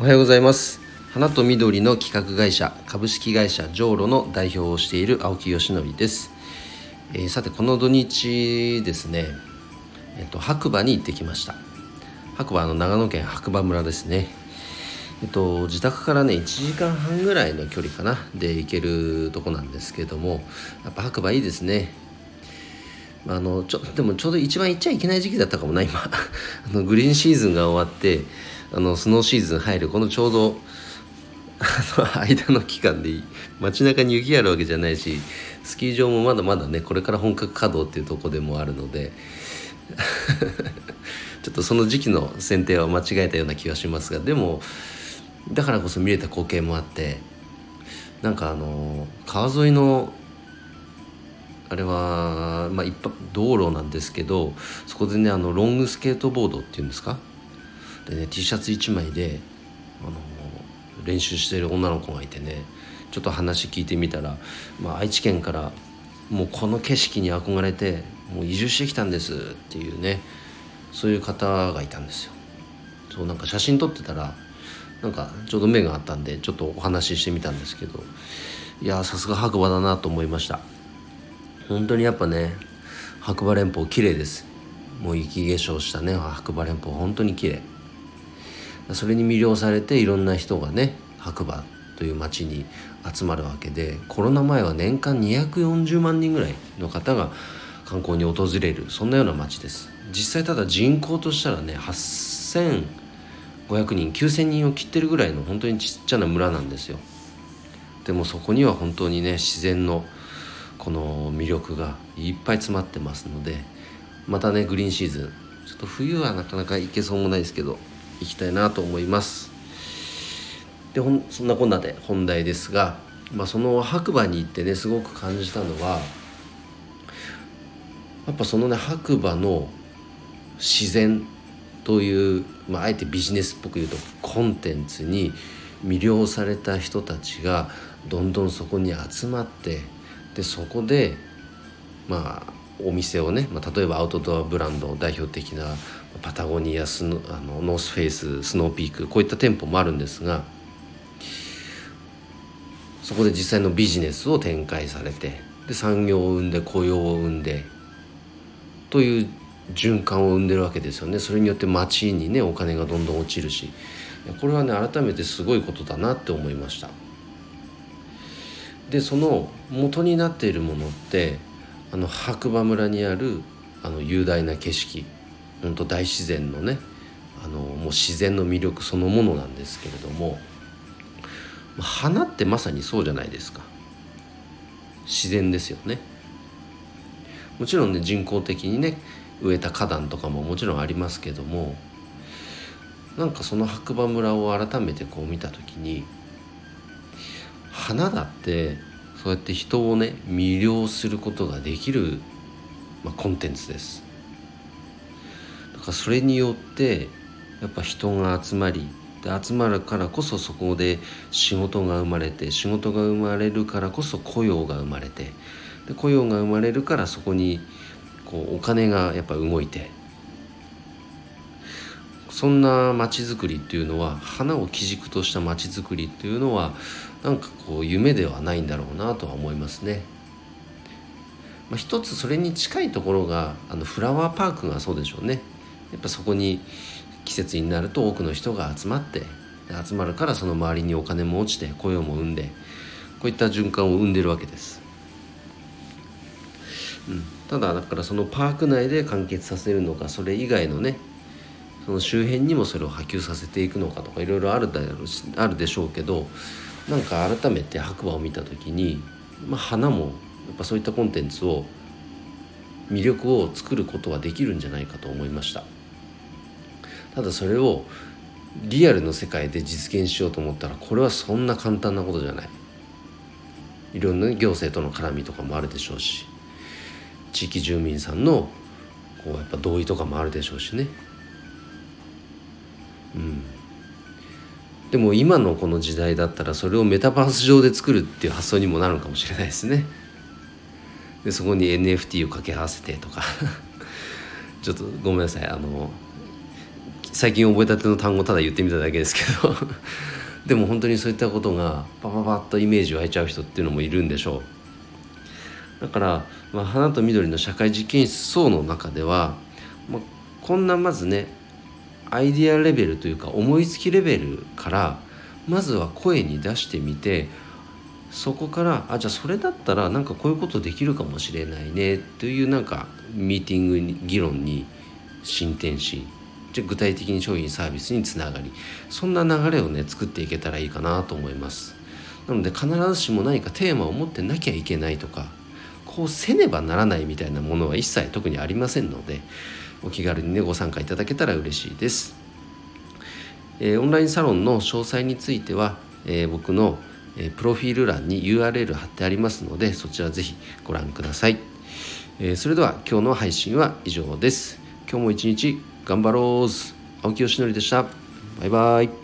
おはようございます。花と緑の企画会社株式会社ジョーロの代表をしている青木よしのりです。さてこの土日ですね、白馬に行ってきました。白馬長野県白馬村ですね。自宅からね1時間半ぐらいの距離かなで行けるとこなんですけども、やっぱ白馬いいですね。でもちょうど一番行っちゃいけない時期だったかもな今グリーンシーズンが終わってスノーシーズン入るこのちょうど間の期間で街中に雪あるわけじゃないし、スキー場もまだまだねこれから本格稼働っていうところでもあるのでちょっとその時期の選定は間違えたような気がしますが、でもだからこそ見れた光景もあって、なんか川沿いのあれは一般道路なんですけど、そこでねロングスケートボードっていうんですかでね T シャツ1枚で練習している女の子がいてね、ちょっと話聞いてみたら、愛知県からもうこの景色に憧れてもう移住してきたんですっていうね、そういう方がいたんですよ。そうなんか写真撮ってたらなんかちょうど目があったんでちょっとお話ししてみたんですけど、いやさすが白馬だなと思いました。本当にやっぱね白馬連峰綺麗です。もう雪化粧したね白馬連峰本当に綺麗。それに魅了されていろんな人がね白馬という町に集まるわけで、コロナ前は年間240万人ぐらいの方が観光に訪れる、そんなような町です。実際ただ人口としたらね8500人9000人を切ってるぐらいの本当にちっちゃな村なんですよ。でもそこには本当にね自然のこの魅力がいっぱい詰まってますので、またねグリーンシーズンちょっと冬はなかなか行けそうもないですけど行きたいなと思います。でそんなこんなで本題ですが、その白馬に行ってねすごく感じたのはやっぱそのね白馬の自然という、あえてビジネスっぽく言うとコンテンツに魅了された人たちがどんどんそこに集まって、でそこでお店をね、例えばアウトドアブランド代表的なパタゴニアノースフェイススノーピークこういった店舗もあるんですが、そこで実際のビジネスを展開されて、で産業を生んで雇用を生んでという循環を生んでるわけですよね。それによって街にねお金がどんどん落ちるし、これはね改めてすごいことだなって思いました。でその元になっているものって白馬村にある雄大な景色、本当大自然のねもう自然の魅力そのものなんですけれども、花ってまさにそうじゃないですか。自然ですよね。もちろんね人工的にね植えた花壇とかももちろんありますけども、なんかその白馬村を改めてこう見た時に、花だってそうやって人をね魅了することができる、コンテンツです。だからそれによってやっぱ人が集まり、で集まるからこそそこで仕事が生まれて、仕事が生まれるからこそ雇用が生まれて、で雇用が生まれるからそこにこうお金がやっぱ動いて、そんな街づくりっていうのは、花を基軸とした街づくりっていうのはなんかこう夢ではないんだろうなとは思いますね。一つそれに近いところがフラワーパークがそうでしょうね。やっぱそこに季節になると多くの人が集まって、集まるからその周りにお金も落ちて雇用も生んで、こういった循環を生んでるわけです。ただだからそのパーク内で完結させるのか、それ以外のねその周辺にもそれを波及させていくのかとかいろいろあるでしょうけど、なんか改めて白馬を見た時に、花もやっぱそういったコンテンツを魅力を作ることはできるんじゃないかと思いました。ただそれをリアルの世界で実現しようと思ったら、これはそんな簡単なことじゃない。いろんな行政との絡みとかもあるでしょうし、地域住民さんのこうやっぱ同意とかもあるでしょうしね。でも今のこの時代だったらそれをメタバース上で作るっていう発想にもなるかもしれないですね。でそこに NFT を掛け合わせてとかちょっとごめんなさい、 最近覚えたての単語ただ言ってみただけですけどでも本当にそういったことがパパパッとイメージ湧いちゃう人っていうのもいるんでしょう。だから、花と緑の社会実験室層の中では、こんなまずねアイディアレベルというか思いつきレベルからまずは声に出してみて、そこからじゃあそれだったらなんかこういうことできるかもしれないねというなんかミーティングに議論に進展し、じゃあ具体的に商品サービスにつながり、そんな流れをね作っていけたらいいかなと思います。なので必ずしも何かテーマを持ってなきゃいけないとか、こうせねばならないみたいなものは一切特にありませんので、お気軽にねご参加いただけたら嬉しいです。オンラインサロンの詳細については、僕のプロフィール欄に URL 貼ってありますので、そちらぜひご覧ください。それでは今日の配信は以上です。今日も一日頑張ろう。青木よしのりでした。バイバイ。